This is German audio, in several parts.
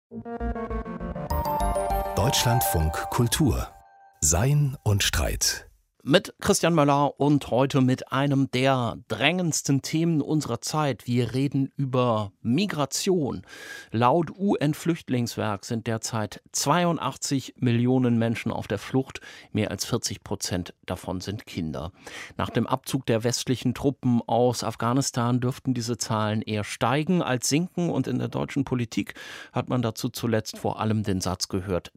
Deutschlandfunk Kultur. Sein und Streit. Mit Christian Möller und heute mit einem der drängendsten Themen unserer Zeit. Wir reden über Migration. Laut UN-Flüchtlingswerk sind derzeit 82 Millionen Menschen auf der Flucht. Mehr als 40% davon sind Kinder. Nach dem Abzug der westlichen Truppen aus Afghanistan dürften diese Zahlen eher steigen als sinken. Und in der deutschen Politik hat man dazu zuletzt vor allem den Satz gehört,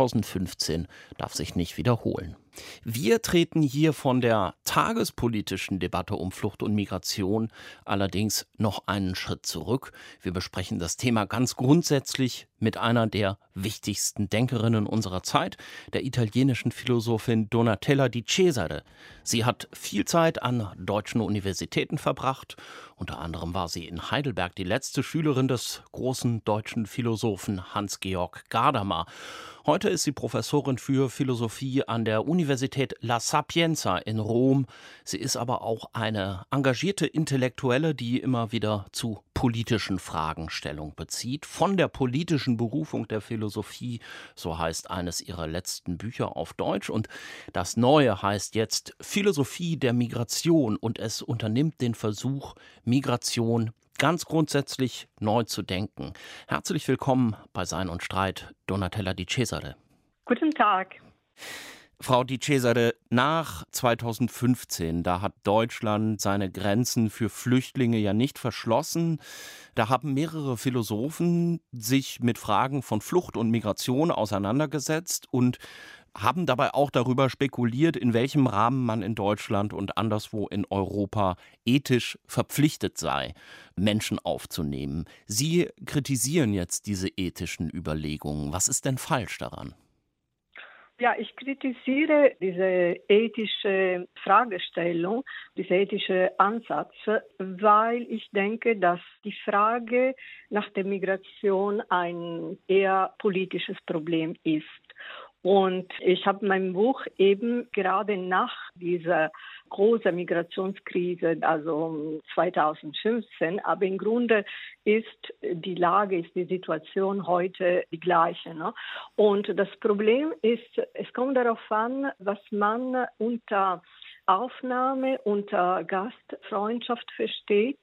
2015 darf sich nicht wiederholen. Wir treten hier von der tagespolitischen Debatte um Flucht und Migration allerdings noch einen Schritt zurück. Wir besprechen das Thema ganz grundsätzlich mit einer der wichtigsten Denkerinnen unserer Zeit, der italienischen Philosophin Donatella di Cesare. Sie hat viel Zeit an deutschen Universitäten verbracht. Unter anderem war sie in Heidelberg die letzte Schülerin des großen deutschen Philosophen Hans-Georg Gadamer. Heute ist sie Professorin für Philosophie an der Universität La Sapienza in Rom. Sie ist aber auch eine engagierte Intellektuelle, die immer wieder zu politischen Fragen Stellung bezieht. Von der politischen Berufung der Philosophie, so heißt eines ihrer letzten Bücher auf Deutsch. Und das Neue heißt jetzt Philosophie der Migration und es unternimmt den Versuch, Migration ganz grundsätzlich neu zu denken. Herzlich willkommen bei Sein und Streit, Donatella di Cesare. Guten Tag. Frau di Cesare, nach 2015, da hat Deutschland seine Grenzen für Flüchtlinge ja nicht verschlossen. Da haben mehrere Philosophen sich mit Fragen von Flucht und Migration auseinandergesetzt und haben dabei auch darüber spekuliert, in welchem Rahmen man in Deutschland und anderswo in Europa ethisch verpflichtet sei, Menschen aufzunehmen. Sie kritisieren jetzt diese ethischen Überlegungen. Was ist denn falsch daran? Ja, ich kritisiere diese ethische Fragestellung, dieser ethische Ansatz, weil ich denke, dass die Frage nach der Migration ein eher politisches Problem ist. Und ich habe mein Buch eben gerade nach dieser großen Migrationskrise, also 2015, aber im Grunde ist die Situation heute die gleiche. Ne? Und das Problem ist, es kommt darauf an, was man unter Aufnahme, unter Gastfreundschaft versteht.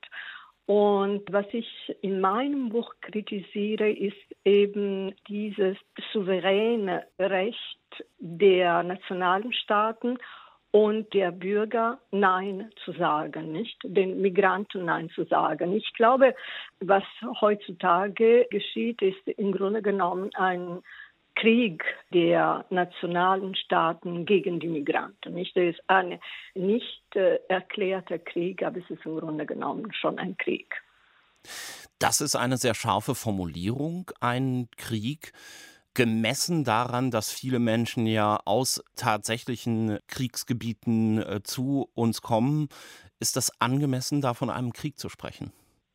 Und was ich in meinem Buch kritisiere, ist eben dieses souveräne Recht der nationalen Staaten und der Bürger Nein zu sagen, nicht den Migranten Nein zu sagen. Ich glaube, was heutzutage geschieht, ist im Grunde genommen ein Krieg der nationalen Staaten gegen die Migranten. Nicht? Das ist ein nicht erklärter Krieg, aber es ist im Grunde genommen schon ein Krieg. Das ist eine sehr scharfe Formulierung, ein Krieg, gemessen daran, dass viele Menschen ja aus tatsächlichen Kriegsgebieten zu uns kommen. Ist das angemessen, da von einem Krieg zu sprechen?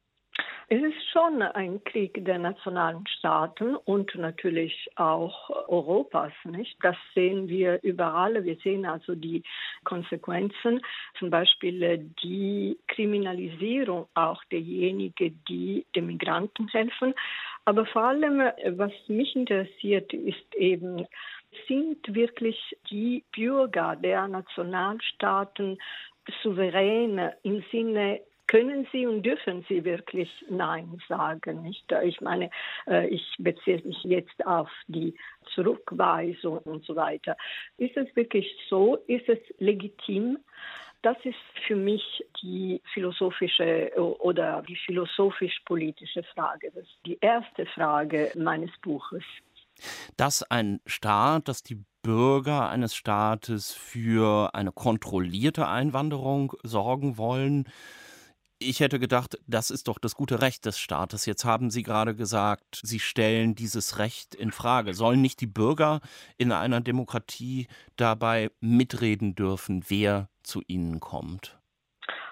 Es ist schon ein Krieg der nationalen Staaten und natürlich auch Europas, nicht? Das sehen wir überall. Wir sehen also die Konsequenzen, zum Beispiel die Kriminalisierung auch derjenigen, die den Migranten helfen. Aber vor allem, was mich interessiert, ist eben, sind wirklich die Bürger der Nationalstaaten souverän im Sinne, können Sie und dürfen Sie wirklich Nein sagen? Nicht? Ich meine, ich beziehe mich jetzt auf die Zurückweisung und so weiter. Ist es wirklich so? Ist es legitim? Das ist für mich die philosophische oder die philosophisch-politische Frage. Das ist die erste Frage meines Buches. Dass ein Staat, dass die Bürger eines Staates für eine kontrollierte Einwanderung sorgen wollen. Ich hätte gedacht, das ist doch das gute Recht des Staates. Jetzt haben Sie gerade gesagt, Sie stellen dieses Recht in Frage. Sollen nicht die Bürger in einer Demokratie dabei mitreden dürfen, wer zu ihnen kommt?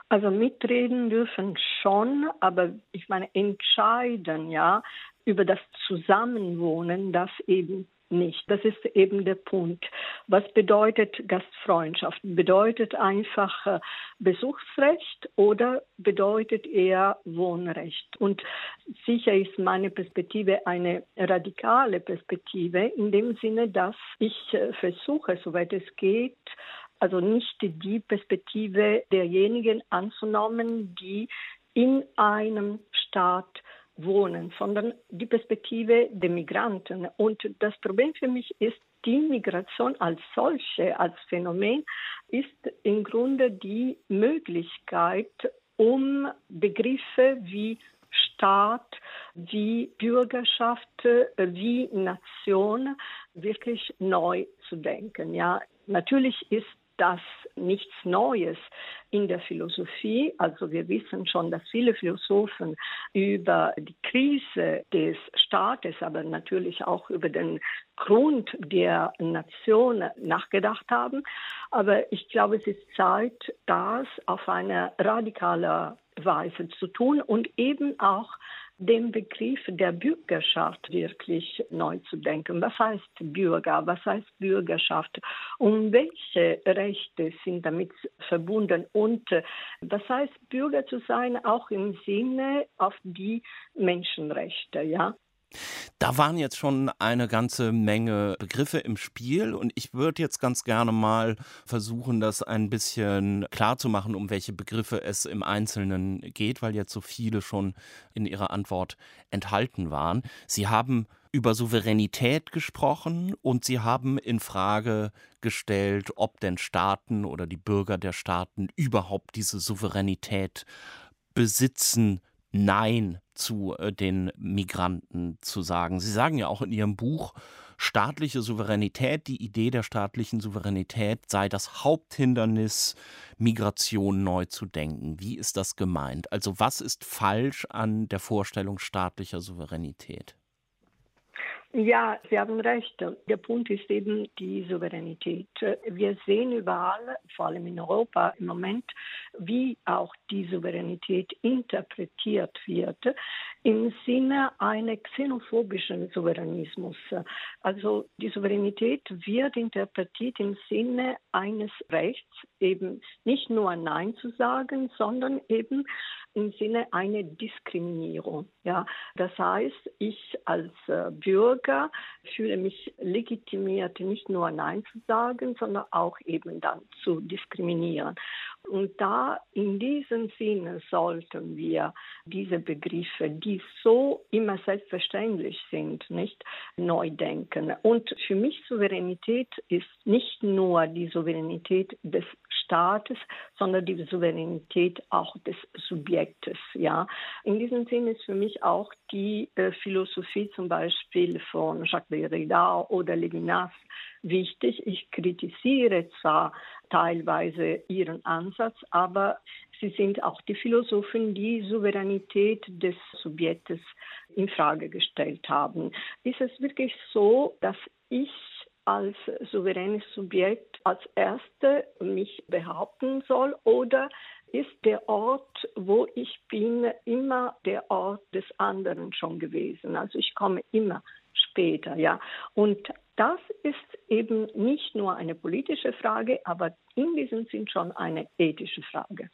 Also mitreden dürfen schon, aber ich meine entscheiden, ja, über das Zusammenwohnen, das eben nicht. Das ist eben der Punkt. Was bedeutet Gastfreundschaft? Bedeutet einfach Besuchsrecht oder bedeutet eher Wohnrecht? Und sicher ist meine Perspektive eine radikale Perspektive in dem Sinne, dass ich versuche, soweit es geht, also nicht die Perspektive derjenigen anzunehmen, die in einem Staat wohnen, sondern die Perspektive der Migranten. Und das Problem für mich ist, die Migration als solche, als Phänomen, ist im Grunde die Möglichkeit, um Begriffe wie Staat, wie Bürgerschaft, wie Nation wirklich neu zu denken. Ja, natürlich ist das nichts Neues in der Philosophie. Also wir wissen schon, dass viele Philosophen über die Krise des Staates, aber natürlich auch über den Grund der Nation nachgedacht haben. Aber ich glaube, es ist Zeit, das auf eine radikale Weise zu tun und eben auch den Begriff der Bürgerschaft wirklich neu zu denken. Was heißt Bürger? Was heißt Bürgerschaft? Und welche Rechte sind damit verbunden? Und was heißt Bürger zu sein, auch im Sinne auf die Menschenrechte, ja? Da waren jetzt schon eine ganze Menge Begriffe im Spiel und ich würde jetzt ganz gerne mal versuchen, das ein bisschen klar zu machen, um welche Begriffe es im Einzelnen geht, weil jetzt so viele schon in Ihrer Antwort enthalten waren. Sie haben über Souveränität gesprochen und Sie haben in Frage gestellt, ob denn Staaten oder die Bürger der Staaten überhaupt diese Souveränität besitzen, Nein zu den Migranten zu sagen. Sie sagen ja auch in Ihrem Buch, staatliche Souveränität, die Idee der staatlichen Souveränität sei das Haupthindernis, Migration neu zu denken. Wie ist das gemeint? Also was ist falsch an der Vorstellung staatlicher Souveränität? Ja, Sie haben recht. Der Punkt ist eben die Souveränität. Wir sehen überall, vor allem in Europa im Moment, wie auch die Souveränität interpretiert wird im Sinne eines xenophobischen Souveränismus. Also die Souveränität wird interpretiert im Sinne eines Rechts, eben nicht nur Nein zu sagen, sondern eben im Sinne einer Diskriminierung. Ja, das heißt, ich als Bürger fühle mich legitimiert, nicht nur Nein zu sagen, sondern auch eben dann zu diskriminieren. Und da in diesem Sinne sollten wir diese Begriffe, die so immer selbstverständlich sind, nicht neu denken. Und für mich Souveränität ist nicht nur die Souveränität des Staates, sondern die Souveränität auch des Subjektes. Ja. In diesem Sinne ist für mich auch die Philosophie zum Beispiel von Jacques Derrida oder Levinas wichtig. Ich kritisiere zwar teilweise ihren Ansatz, aber sie sind auch die Philosophen, die Souveränität des Subjektes in Frage gestellt haben. Ist es wirklich so, dass ich als souveränes Subjekt als Erste mich behaupten soll oder ist der Ort, wo ich bin, immer der Ort des anderen schon gewesen? Also ich komme immer später, ja. Und das ist eben nicht nur eine politische Frage, aber in diesem Sinn schon eine ethische Frage.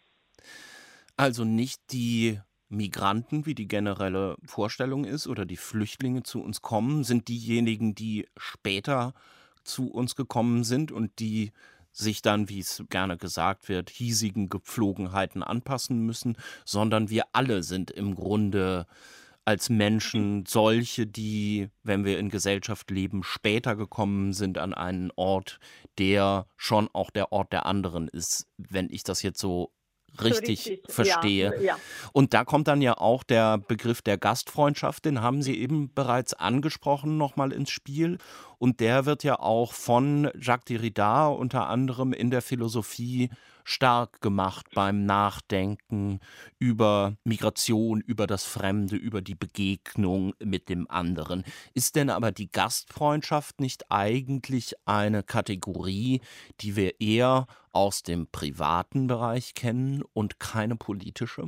Also nicht die Migranten, wie die generelle Vorstellung ist, oder die Flüchtlinge zu uns kommen, sind diejenigen, die später zu uns gekommen sind und die sich dann, wie es gerne gesagt wird, hiesigen Gepflogenheiten anpassen müssen, sondern wir alle sind im Grunde als Menschen solche, die, wenn wir in Gesellschaft leben, später gekommen sind an einen Ort, der schon auch der Ort der anderen ist, wenn ich das jetzt so richtig verstehe. Ja, ja. Und da kommt dann ja auch der Begriff der Gastfreundschaft, den haben Sie eben bereits angesprochen, nochmal ins Spiel. Und der wird ja auch von Jacques Derrida unter anderem in der Philosophie stark gemacht beim Nachdenken über Migration, über das Fremde, über die Begegnung mit dem anderen. Ist denn aber die Gastfreundschaft nicht eigentlich eine Kategorie, die wir eher aus dem privaten Bereich kennen und keine politische?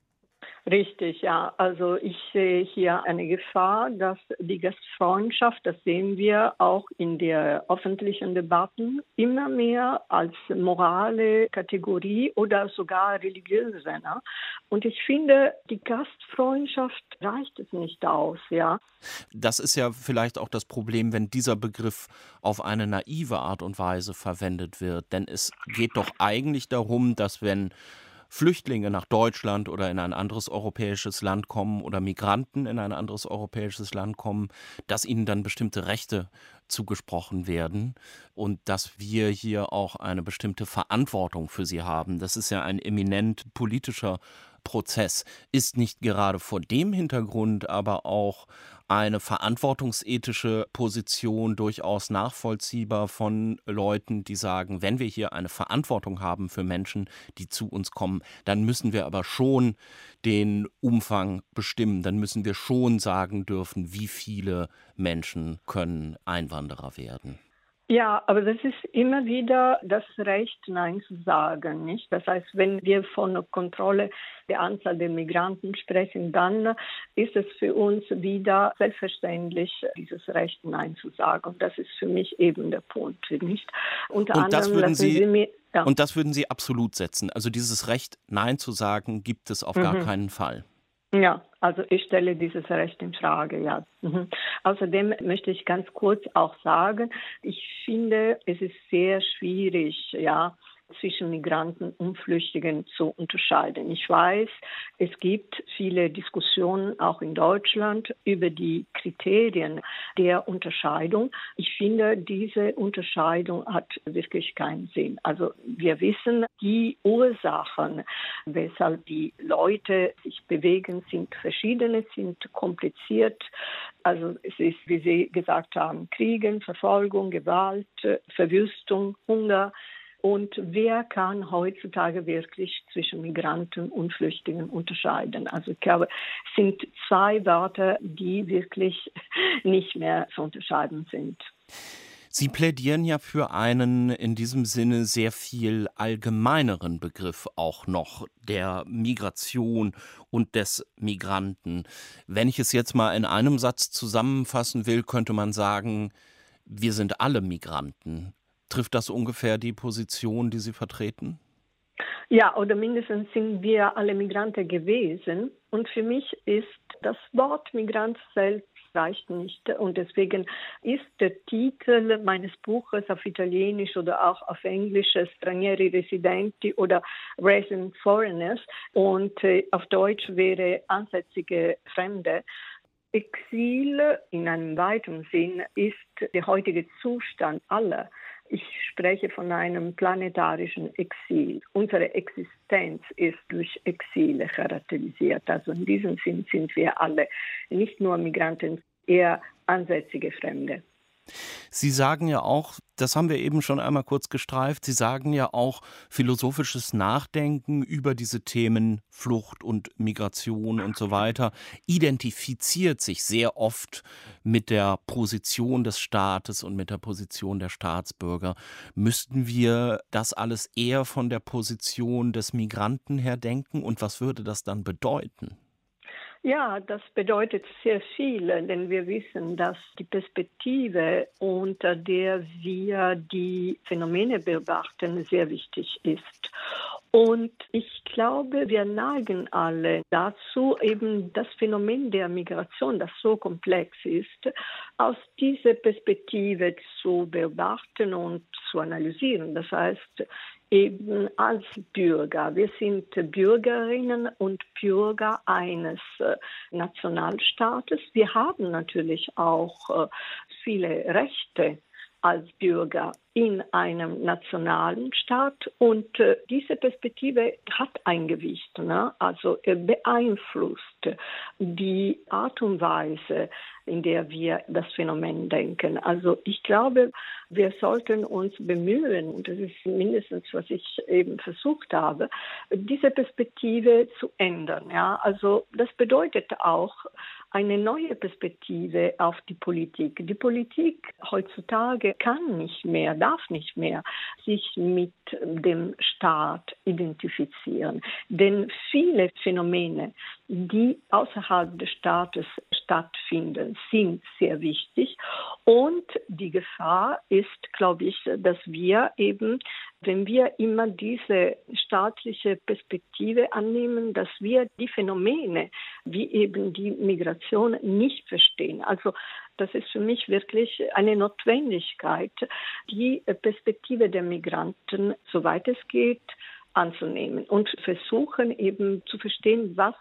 Richtig, ja. Also ich sehe hier eine Gefahr, dass die Gastfreundschaft, das sehen wir auch in der öffentlichen Debatten, immer mehr als morale Kategorie oder sogar religiöse. Ne? Und ich finde, die Gastfreundschaft reicht es nicht aus, ja. Das ist ja vielleicht auch das Problem, wenn dieser Begriff auf eine naive Art und Weise verwendet wird. Denn es geht doch eigentlich darum, dass wenn Flüchtlinge nach Deutschland oder in ein anderes europäisches Land kommen oder Migranten in ein anderes europäisches Land kommen, dass ihnen dann bestimmte Rechte zugesprochen werden und dass wir hier auch eine bestimmte Verantwortung für sie haben. Das ist ja ein eminent politischer Prozess. Ist nicht gerade vor dem Hintergrund aber auch eine verantwortungsethische Position durchaus nachvollziehbar von Leuten, die sagen, wenn wir hier eine Verantwortung haben für Menschen, die zu uns kommen, dann müssen wir aber schon den Umfang bestimmen, dann müssen wir schon sagen dürfen, wie viele Menschen können Einwanderer werden. Ja, aber das ist immer wieder das Recht, Nein zu sagen, nicht? Das heißt, wenn wir von Kontrolle der Anzahl der Migranten sprechen, dann ist es für uns wieder selbstverständlich, dieses Recht, Nein zu sagen. Und das ist für mich eben der Punkt, nicht? Unter Und das anderem würden lassen Sie mir... Ja. Und das würden Sie absolut setzen. Also dieses Recht, Nein zu sagen, gibt es auf gar keinen Fall. Ja, also ich stelle dieses Recht in Frage, ja. Außerdem möchte ich ganz kurz auch sagen, ich finde, es ist sehr schwierig, ja, zwischen Migranten und Flüchtlingen zu unterscheiden. Ich weiß, es gibt viele Diskussionen auch in Deutschland über die Kriterien der Unterscheidung. Ich finde, diese Unterscheidung hat wirklich keinen Sinn. Also wir wissen, die Ursachen, weshalb die Leute sich bewegen, sind verschiedene, sind kompliziert. Also es ist, wie Sie gesagt haben, Kriegen, Verfolgung, Gewalt, Verwüstung, Hunger. Und wer kann heutzutage wirklich zwischen Migranten und Flüchtlingen unterscheiden? Also ich glaube, es sind zwei Wörter, die wirklich nicht mehr zu unterscheiden sind. Sie plädieren ja für einen in diesem Sinne sehr viel allgemeineren Begriff auch noch, der Migration und des Migranten. Wenn ich es jetzt mal in einem Satz zusammenfassen will, könnte man sagen, wir sind alle Migranten. Trifft das ungefähr die Position, die Sie vertreten? Ja, oder mindestens sind wir alle Migranten gewesen. Und für mich ist das Wort Migrant selbst reicht nicht. Und deswegen ist der Titel meines Buches auf Italienisch oder auch auf Englisch Stranieri Residenti oder Resident Foreigners und auf Deutsch wäre ansässige Fremde. Exil in einem weiten Sinn ist der heutige Zustand aller. Ich spreche von einem planetarischen Exil. Unsere Existenz ist durch Exile charakterisiert. Also in diesem Sinn sind wir alle nicht nur Migranten, eher ansässige Fremde. Sie sagen ja auch, das haben wir eben schon einmal kurz gestreift, Sie sagen ja auch, philosophisches Nachdenken über diese Themen Flucht und Migration und so weiter identifiziert sich sehr oft mit der Position des Staates und mit der Position der Staatsbürger. Müssten wir das alles eher von der Position des Migranten her denken und was würde das dann bedeuten? Ja, das bedeutet sehr viel, denn wir wissen, dass die Perspektive, unter der wir die Phänomene beobachten, sehr wichtig ist. Und ich glaube, wir neigen alle dazu, eben das Phänomen der Migration, das so komplex ist, aus dieser Perspektive zu beobachten und zu analysieren. Das heißt, eben als Bürger. Wir sind Bürgerinnen und Bürger eines Nationalstaates. Wir haben natürlich auch viele Rechte. als Bürger in einem nationalen Staat und diese Perspektive hat ein Gewicht, ne? Also beeinflusst die Art und Weise, in der wir das Phänomen denken. Also ich glaube, wir sollten uns bemühen, und das ist mindestens, was ich eben versucht habe, diese Perspektive zu ändern. Ja? Also das bedeutet auch eine neue Perspektive auf die Politik. Die Politik heutzutage kann nicht mehr, darf nicht mehr sich mit dem Staat identifizieren. Denn viele Phänomene, die außerhalb des Staates stattfinden, sind sehr wichtig. Und die Gefahr ist, glaube ich, dass wir eben, wenn wir immer diese staatliche Perspektive annehmen, dass wir die Phänomene wie eben die Migration nicht verstehen. Also das ist für mich wirklich eine Notwendigkeit, die Perspektive der Migranten, soweit es geht, anzunehmen und versuchen eben zu verstehen, was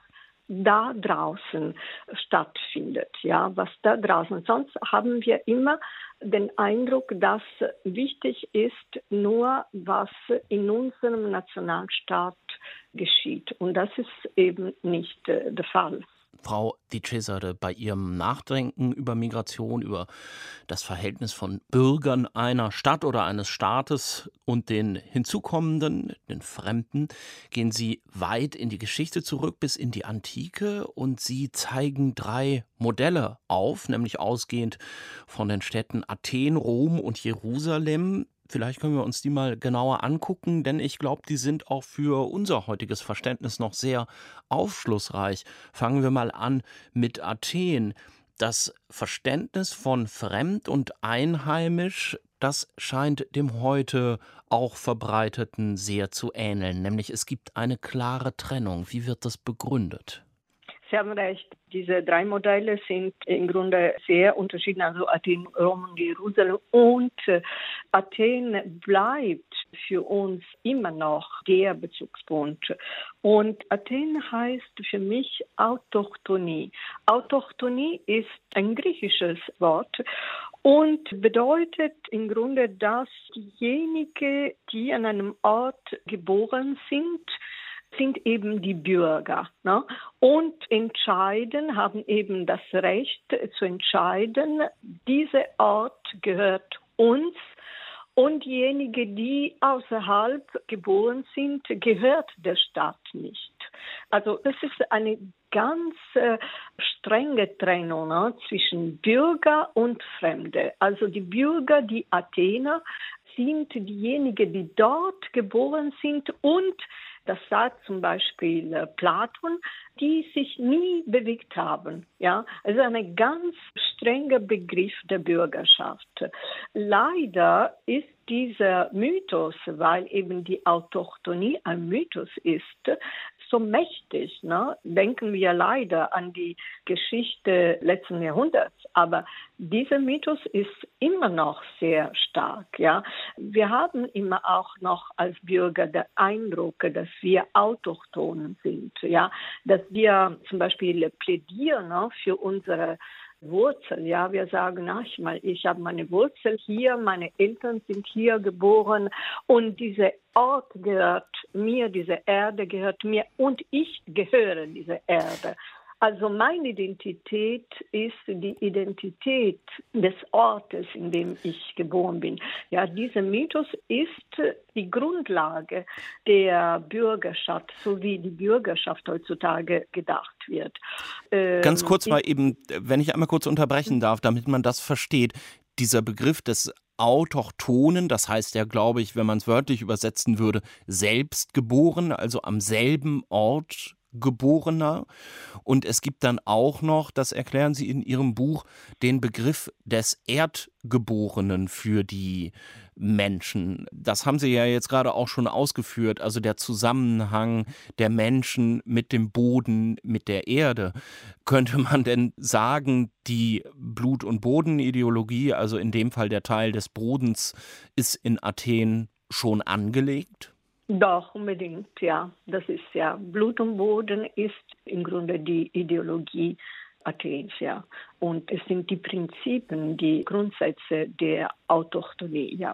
da draußen stattfindet, ja, was da draußen. Sonst haben wir immer den Eindruck, dass wichtig ist nur, was in unserem Nationalstaat geschieht. Und das ist eben nicht der Fall. Frau Di Cesare, bei Ihrem Nachdenken über Migration, über das Verhältnis von Bürgern einer Stadt oder eines Staates und den Hinzukommenden, den Fremden, gehen Sie weit in die Geschichte zurück bis in die Antike und Sie zeigen 3 Modelle auf, nämlich ausgehend von den Städten Athen, Rom und Jerusalem. Vielleicht können wir uns die mal genauer angucken, denn ich glaube, die sind auch für unser heutiges Verständnis noch sehr aufschlussreich. Fangen wir mal an mit Athen. Das Verständnis von fremd und einheimisch, das scheint dem heute auch Verbreiteten sehr zu ähneln. Nämlich es gibt eine klare Trennung. Wie wird das begründet? Sie haben recht. Diese 3 Modelle sind im Grunde sehr unterschiedlich, also Athen, Rom und Jerusalem. Und Athen bleibt für uns immer noch der Bezugspunkt. Und Athen heißt für mich Autochtonie. Autochtonie ist ein griechisches Wort und bedeutet im Grunde, dass diejenigen, die an einem Ort geboren sind eben die Bürger, ne? Und haben eben das Recht zu entscheiden, dieser Ort gehört uns und diejenigen, die außerhalb geboren sind, gehört der Stadt nicht. Also das ist eine ganz strenge Trennung, ne, zwischen Bürger und Fremde. Also die Bürger, die Athener, sind diejenigen, die dort geboren sind und das sagt zum Beispiel Platon, die sich nie bewegt haben. Ja, also ein ganz strenger Begriff der Bürgerschaft. Leider ist dieser Mythos, weil eben die Autochtonie ein Mythos ist, so mächtig. Ne? Denken wir leider an die Geschichte letzten Jahrhunderts. Aber dieser Mythos ist immer noch sehr stark. Ja? Wir haben immer auch noch als Bürger den Eindruck, dass wir Autochtonen sind. Ja? Dass wir zum Beispiel plädieren, ne, für unsere Wurzel, ja, wir sagen, ich habe meine Wurzel hier, meine Eltern sind hier geboren und dieser Ort gehört mir, diese Erde gehört mir und ich gehöre dieser Erde. Also meine Identität ist die Identität des Ortes, in dem ich geboren bin. Ja, dieser Mythos ist die Grundlage der Bürgerschaft, so wie die Bürgerschaft heutzutage gedacht wird. Ganz kurz mal eben, wenn ich einmal kurz unterbrechen darf, damit man das versteht. Dieser Begriff des Autochtonen, das heißt ja, glaube ich, wenn man es wörtlich übersetzen würde, selbstgeboren, also am selben Ort Geborener. Und es gibt dann auch noch, das erklären Sie in Ihrem Buch, den Begriff des Erdgeborenen für die Menschen. Das haben Sie ja jetzt gerade auch schon ausgeführt, also der Zusammenhang der Menschen mit dem Boden, mit der Erde. Könnte man denn sagen, die Blut- und Bodenideologie, also in dem Fall der Teil des Bodens, ist in Athen schon angelegt? Doch, unbedingt, ja. Das ist ja, Blut und Boden ist im Grunde die Ideologie Athens, ja. Und es sind die Prinzipien, die Grundsätze der Autochtonie, ja.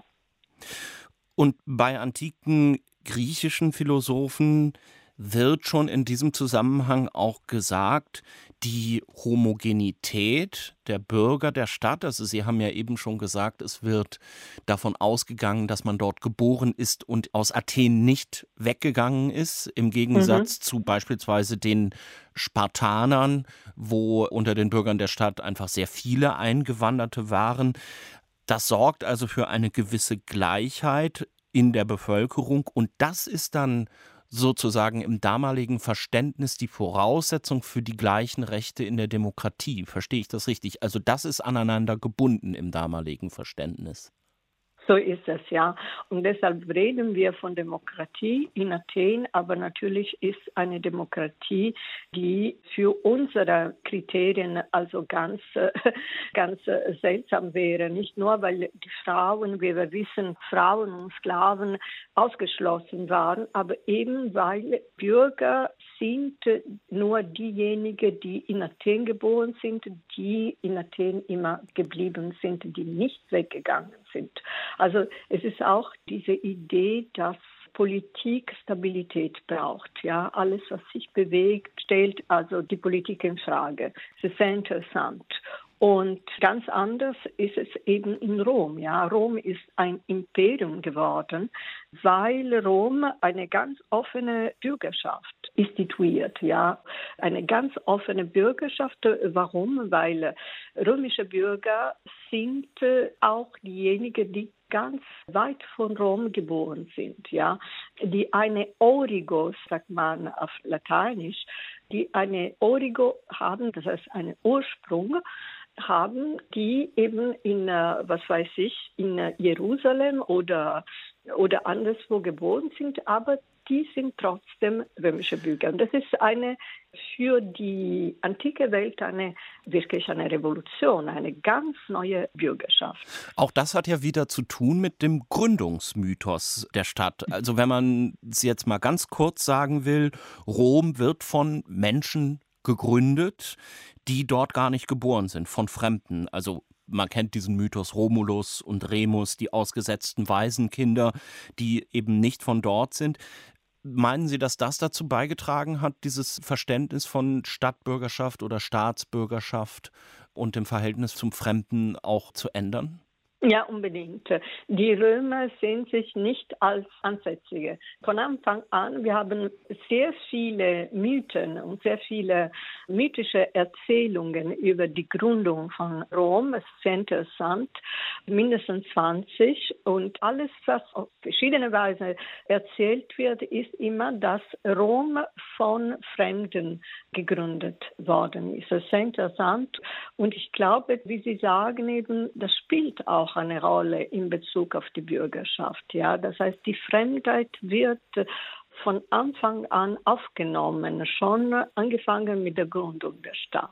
Und bei antiken griechischen Philosophen wird schon in diesem Zusammenhang auch gesagt, die Homogenität der Bürger der Stadt, also Sie haben ja eben schon gesagt, es wird davon ausgegangen, dass man dort geboren ist und aus Athen nicht weggegangen ist, im Gegensatz zu beispielsweise den Spartanern, wo unter den Bürgern der Stadt einfach sehr viele Eingewanderte waren. Das sorgt also für eine gewisse Gleichheit in der Bevölkerung und das ist dann sozusagen im damaligen Verständnis die Voraussetzung für die gleichen Rechte in der Demokratie. Verstehe ich das richtig? Also das ist aneinander gebunden im damaligen Verständnis. So ist es, ja. Und deshalb reden wir von Demokratie in Athen, aber natürlich ist eine Demokratie, die für unsere Kriterien also ganz seltsam wäre. Nicht nur, weil die Frauen, wie wir wissen, Frauen und Sklaven ausgeschlossen waren, aber eben, weil Bürger sind nur diejenigen, die in Athen geboren sind, die in Athen immer geblieben sind, die nicht weggegangen sind. Also es ist auch diese Idee, dass Politik Stabilität braucht. Ja, alles, was sich bewegt, stellt also die Politik in Frage. Das ist sehr interessant. Und ganz anders ist es eben in Rom. Ja, Rom ist ein Imperium geworden, weil Rom eine ganz offene Bürgerschaft instituiert. Ja, eine ganz offene Bürgerschaft. Warum? Weil römische Bürger sind auch diejenigen, die ganz weit von Rom geboren sind, ja, die eine Origo, sagt man auf Lateinisch, die eine Origo haben, das heißt einen Ursprung haben, die eben in, in Jerusalem oder anderswo geboren sind, aber die sind trotzdem römische Bürger. Und das ist für die antike Welt wirklich eine Revolution, eine ganz neue Bürgerschaft. Auch das hat ja wieder zu tun mit dem Gründungsmythos der Stadt. Also wenn man es jetzt mal ganz kurz sagen will, Rom wird von Menschen gegründet, die dort gar nicht geboren sind, von Fremden. Also man kennt diesen Mythos Romulus und Remus, die ausgesetzten Waisenkinder, die eben nicht von dort sind. Meinen Sie, dass das dazu beigetragen hat, dieses Verständnis von Stadtbürgerschaft oder Staatsbürgerschaft und dem Verhältnis zum Fremden auch zu ändern? Ja, unbedingt. Die Römer sehen sich nicht als Ansässige. Von Anfang an, wir haben sehr viele Mythen und sehr viele mythische Erzählungen über die Gründung von Rom. Es ist sehr interessant, mindestens 20. Und alles, was auf verschiedene Weise erzählt wird, ist immer, dass Rom von Fremden gegründet worden ist. Das ist sehr interessant. Und ich glaube, wie Sie sagen, eben, das spielt auch eine Rolle in Bezug auf die Bürgerschaft. Ja? Das heißt, die Fremdheit wird von Anfang an aufgenommen, schon angefangen mit der Gründung der Stadt.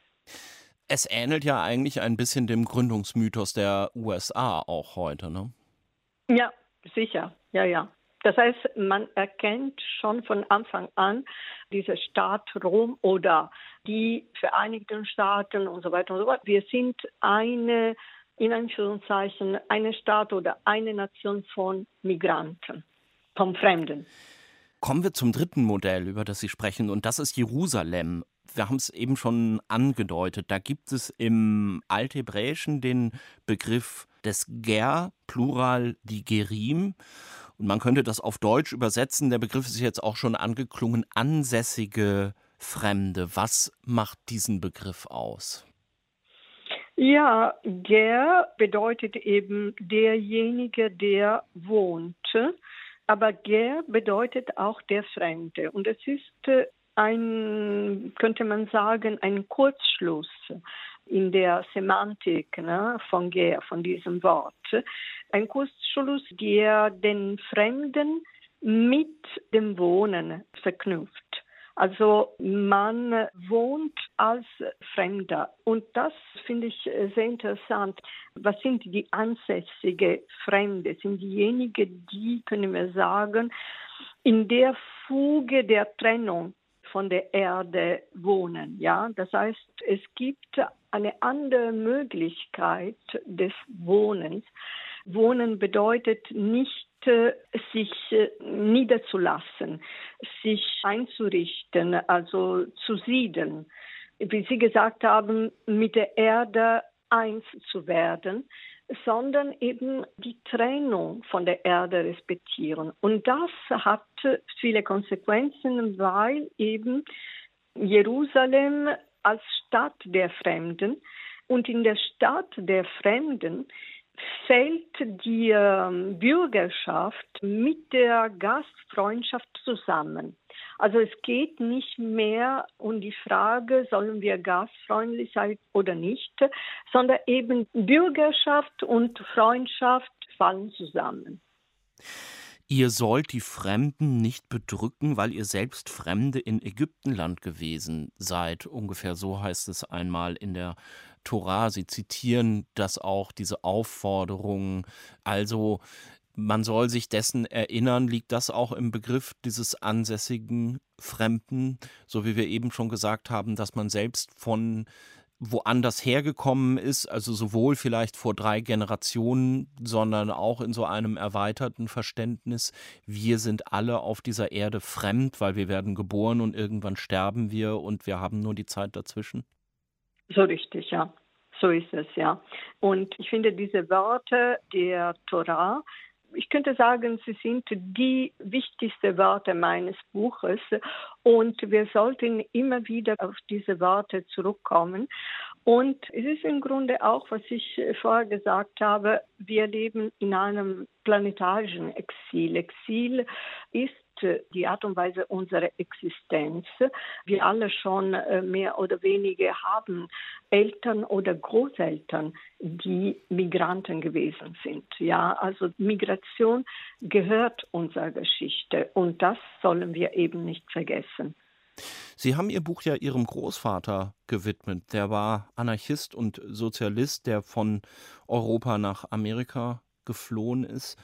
Es ähnelt ja eigentlich ein bisschen dem Gründungsmythos der USA auch heute, ne? Ja, sicher. Ja. Das heißt, man erkennt schon von Anfang an diese Staat Rom oder die Vereinigten Staaten und so weiter und so fort. Wir sind in Anführungszeichen, eine Stadt oder eine Nation von Migranten, von Fremden. Kommen wir zum dritten Modell, über das Sie sprechen, und das ist Jerusalem. Wir haben es eben schon angedeutet. Da gibt es im Althebräischen den Begriff des Ger, Plural die Gerim. Und man könnte das auf Deutsch übersetzen. Der Begriff ist jetzt auch schon angeklungen, ansässige Fremde. Was macht diesen Begriff aus? Ja, Ger bedeutet eben derjenige, der wohnt. Aber Ger bedeutet auch der Fremde. Und es ist könnte man sagen, ein Kurzschluss in der Semantik von Ger, von diesem Wort. Ein Kurzschluss, der den Fremden mit dem Wohnen verknüpft. Also man wohnt als Fremder und das finde ich sehr interessant. Was sind die ansässige Fremde? Sind diejenigen, die, können wir sagen, in der Fuge der Trennung von der Erde wohnen. Ja, das heißt, es gibt eine andere Möglichkeit des Wohnens. Wohnen bedeutet nicht, sich niederzulassen, sich einzurichten, also zu siedeln. Wie Sie gesagt haben, mit der Erde eins zu werden, sondern eben die Trennung von der Erde respektieren. Und das hat viele Konsequenzen, weil eben Jerusalem als Stadt der Fremden und in der Stadt der Fremden fällt die Bürgerschaft mit der Gastfreundschaft zusammen. Also es geht nicht mehr um die Frage, sollen wir gastfreundlich sein oder nicht, sondern eben Bürgerschaft und Freundschaft fallen zusammen. Ihr sollt die Fremden nicht bedrücken, weil ihr selbst Fremde in Ägyptenland gewesen seid. Ungefähr so heißt es einmal in der Tora. Sie zitieren das auch, diese Aufforderung. Also man soll sich dessen erinnern. Liegt das auch im Begriff dieses ansässigen Fremden, so wie wir eben schon gesagt haben, dass man selbst von woanders hergekommen ist, also sowohl vielleicht vor 3 Generationen, sondern auch in so einem erweiterten Verständnis, wir sind alle auf dieser Erde fremd, weil wir werden geboren und irgendwann sterben wir und wir haben nur die Zeit dazwischen? So richtig, ja. So ist es, ja. Und ich finde diese Worte der Tora, ich könnte sagen, sie sind die wichtigsten Worte meines Buches und wir sollten immer wieder auf diese Worte zurückkommen. Und es ist im Grunde auch, was ich vorher gesagt habe, wir leben in einem planetarischen Exil. Exil ist die Art und Weise unserer Existenz. Wir alle schon mehr oder weniger haben Eltern oder Großeltern, die Migranten gewesen sind. Ja, also Migration gehört unserer Geschichte und das sollen wir eben nicht vergessen. Sie haben Ihr Buch ja Ihrem Großvater gewidmet. Der war Anarchist und Sozialist, der von Europa nach Amerika geflohen ist.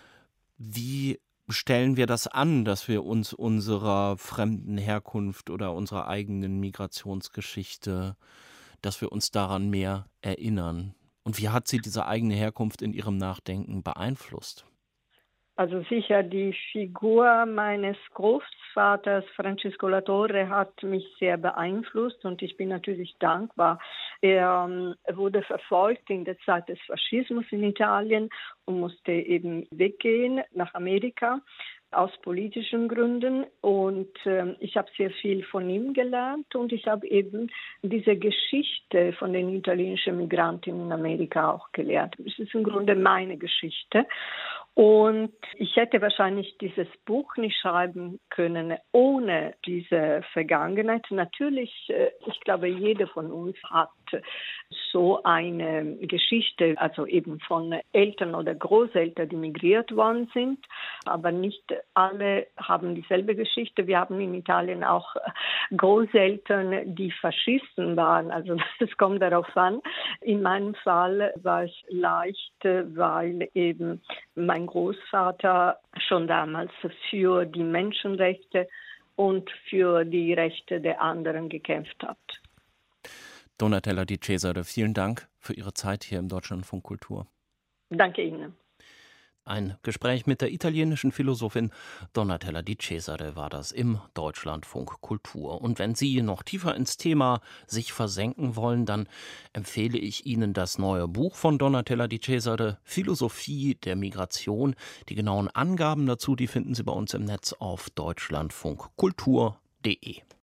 Wie stellen wir das an, dass wir uns unserer fremden Herkunft oder unserer eigenen Migrationsgeschichte, dass wir uns daran mehr erinnern? Und wie hat sie diese eigene Herkunft in ihrem Nachdenken beeinflusst? Also sicher, die Figur meines Großvaters Francesco Latorre hat mich sehr beeinflusst und ich bin natürlich dankbar. Er wurde verfolgt in der Zeit des Faschismus in Italien und musste eben weggehen nach Amerika aus politischen Gründen und ich habe sehr viel von ihm gelernt und ich habe eben diese Geschichte von den italienischen Migranten in Amerika auch gelernt. Es ist im Grunde meine Geschichte. Und ich hätte wahrscheinlich dieses Buch nicht schreiben können ohne diese Vergangenheit. Natürlich, ich glaube, jeder von uns hat so eine Geschichte, also eben von Eltern oder Großeltern, die migriert worden sind. Aber nicht alle haben dieselbe Geschichte. Wir haben in Italien auch Großeltern, die Faschisten waren. Also es kommt darauf an. In meinem Fall war es leicht, weil eben mein Großvater schon damals für die Menschenrechte und für die Rechte der anderen gekämpft hat. Donatella Di Cesare, vielen Dank für Ihre Zeit hier im Deutschlandfunk Kultur. Danke Ihnen. Ein Gespräch mit der italienischen Philosophin Donatella Di Cesare war das im Deutschlandfunk Kultur. Und wenn Sie noch tiefer ins Thema sich versenken wollen, dann empfehle ich Ihnen das neue Buch von Donatella Di Cesare, Philosophie der Migration. Die genauen Angaben dazu, die finden Sie bei uns im Netz auf deutschlandfunkkultur.de.